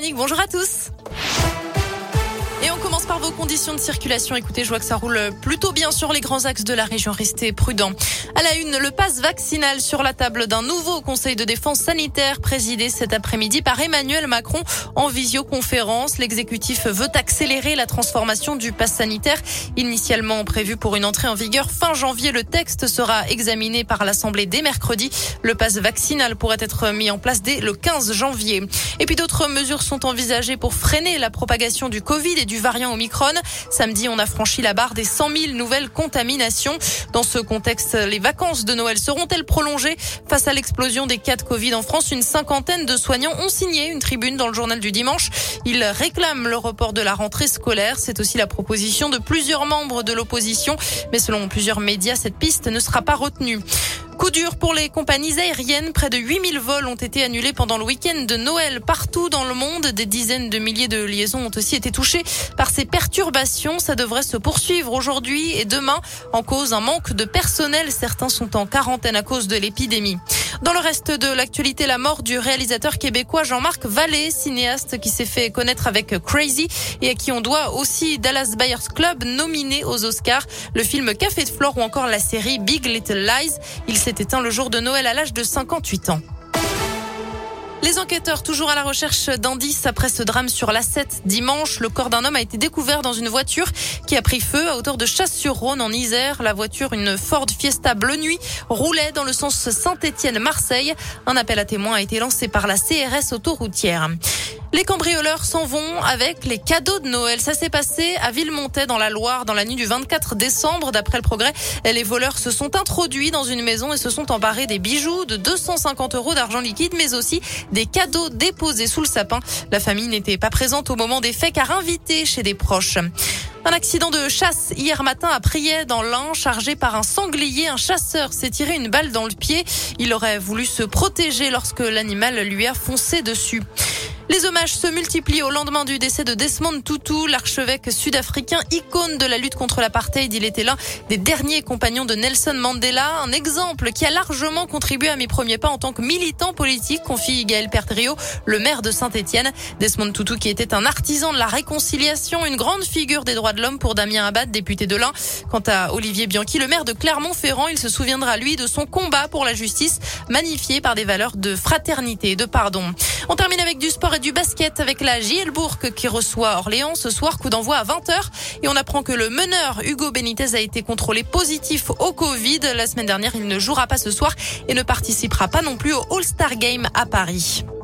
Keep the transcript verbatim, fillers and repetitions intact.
Véronique, bonjour à tous. Et on commence par vos conditions de circulation. Écoutez, je vois que ça roule plutôt bien sur les grands axes de la région. Restez prudents. À la une, le pass vaccinal sur la table d'un nouveau conseil de défense sanitaire présidé cet après-midi par Emmanuel Macron en visioconférence. L'exécutif veut accélérer la transformation du pass sanitaire. Initialement prévu pour une entrée en vigueur fin janvier, le texte sera examiné par l'Assemblée dès mercredi. Le pass vaccinal pourrait être mis en place dès le quinze janvier. Et puis d'autres mesures sont envisagées pour freiner la propagation du Covid et du variant Omicron. Samedi, on a franchi la barre des cent mille nouvelles contaminations. Dans ce contexte, les vacances de Noël seront-elles prolongées? Face à l'explosion des cas de Covid en France, une cinquantaine de soignants ont signé une tribune dans le journal du dimanche. Ils réclament le report de la rentrée scolaire. C'est aussi la proposition de plusieurs membres de l'opposition. Mais selon plusieurs médias, cette piste ne sera pas retenue. Coup dur pour les compagnies aériennes. Près de huit mille vols ont été annulés pendant le week-end de Noël partout dans le monde. Des dizaines de milliers de liaisons ont aussi été touchées par ces perturbations. Ça devrait se poursuivre aujourd'hui et demain. En cause, un manque de personnel. Certains sont en quarantaine à cause de l'épidémie. Dans le reste de l'actualité, la mort du réalisateur québécois Jean-Marc Vallée, cinéaste qui s'est fait connaître avec Crazy et à qui on doit aussi Dallas Buyers Club, nominé aux Oscars, le film Café de Flore ou encore la série Big Little Lies. Il s'est éteint le jour de Noël à l'âge de cinquante-huit ans. Les enquêteurs toujours à la recherche d'indices après ce drame sur l'A sept dimanche. Le corps d'un homme a été découvert dans une voiture qui a pris feu à hauteur de Chasse-sur-Rhône en Isère. La voiture, une Ford Fiesta bleu nuit, roulait dans le sens Saint-Étienne-Marseille. Un appel à témoins a été lancé par la C R S autoroutière. Les cambrioleurs s'en vont avec les cadeaux de Noël. Ça s'est passé à Villemontais dans la Loire dans la nuit du vingt-quatre décembre. D'après le Progrès, les voleurs se sont introduits dans une maison et se sont emparés des bijoux, de deux cent cinquante euros d'argent liquide, mais aussi des cadeaux déposés sous le sapin. La famille n'était pas présente au moment des faits car invitée chez des proches. Un accident de chasse hier matin à Priez dans l'Ain, chargé par un sanglier. Un chasseur s'est tiré une balle dans le pied. Il aurait voulu se protéger lorsque l'animal lui a foncé dessus. Les hommages se multiplient au lendemain du décès de Desmond Tutu, l'archevêque sud-africain, icône de la lutte contre l'apartheid. Il était l'un des derniers compagnons de Nelson Mandela, un exemple qui a largement contribué à mes premiers pas en tant que militant politique, confie Gaël Perdriau, le maire de Saint-Étienne. Desmond Tutu qui était un artisan de la réconciliation, une grande figure des droits de l'homme pour Damien Abad, député de l'Ain. Quant à Olivier Bianchi, le maire de Clermont-Ferrand, il se souviendra lui de son combat pour la justice, magnifié par des valeurs de fraternité et de pardon. On termine avec du sport et du basket avec la J L Bourg qui reçoit Orléans ce soir, coup d'envoi à vingt heures. Et on apprend que le meneur Hugo Benitez a été contrôlé positif au Covid. La semaine dernière, il ne jouera pas ce soir et ne participera pas non plus au All-Star Game à Paris.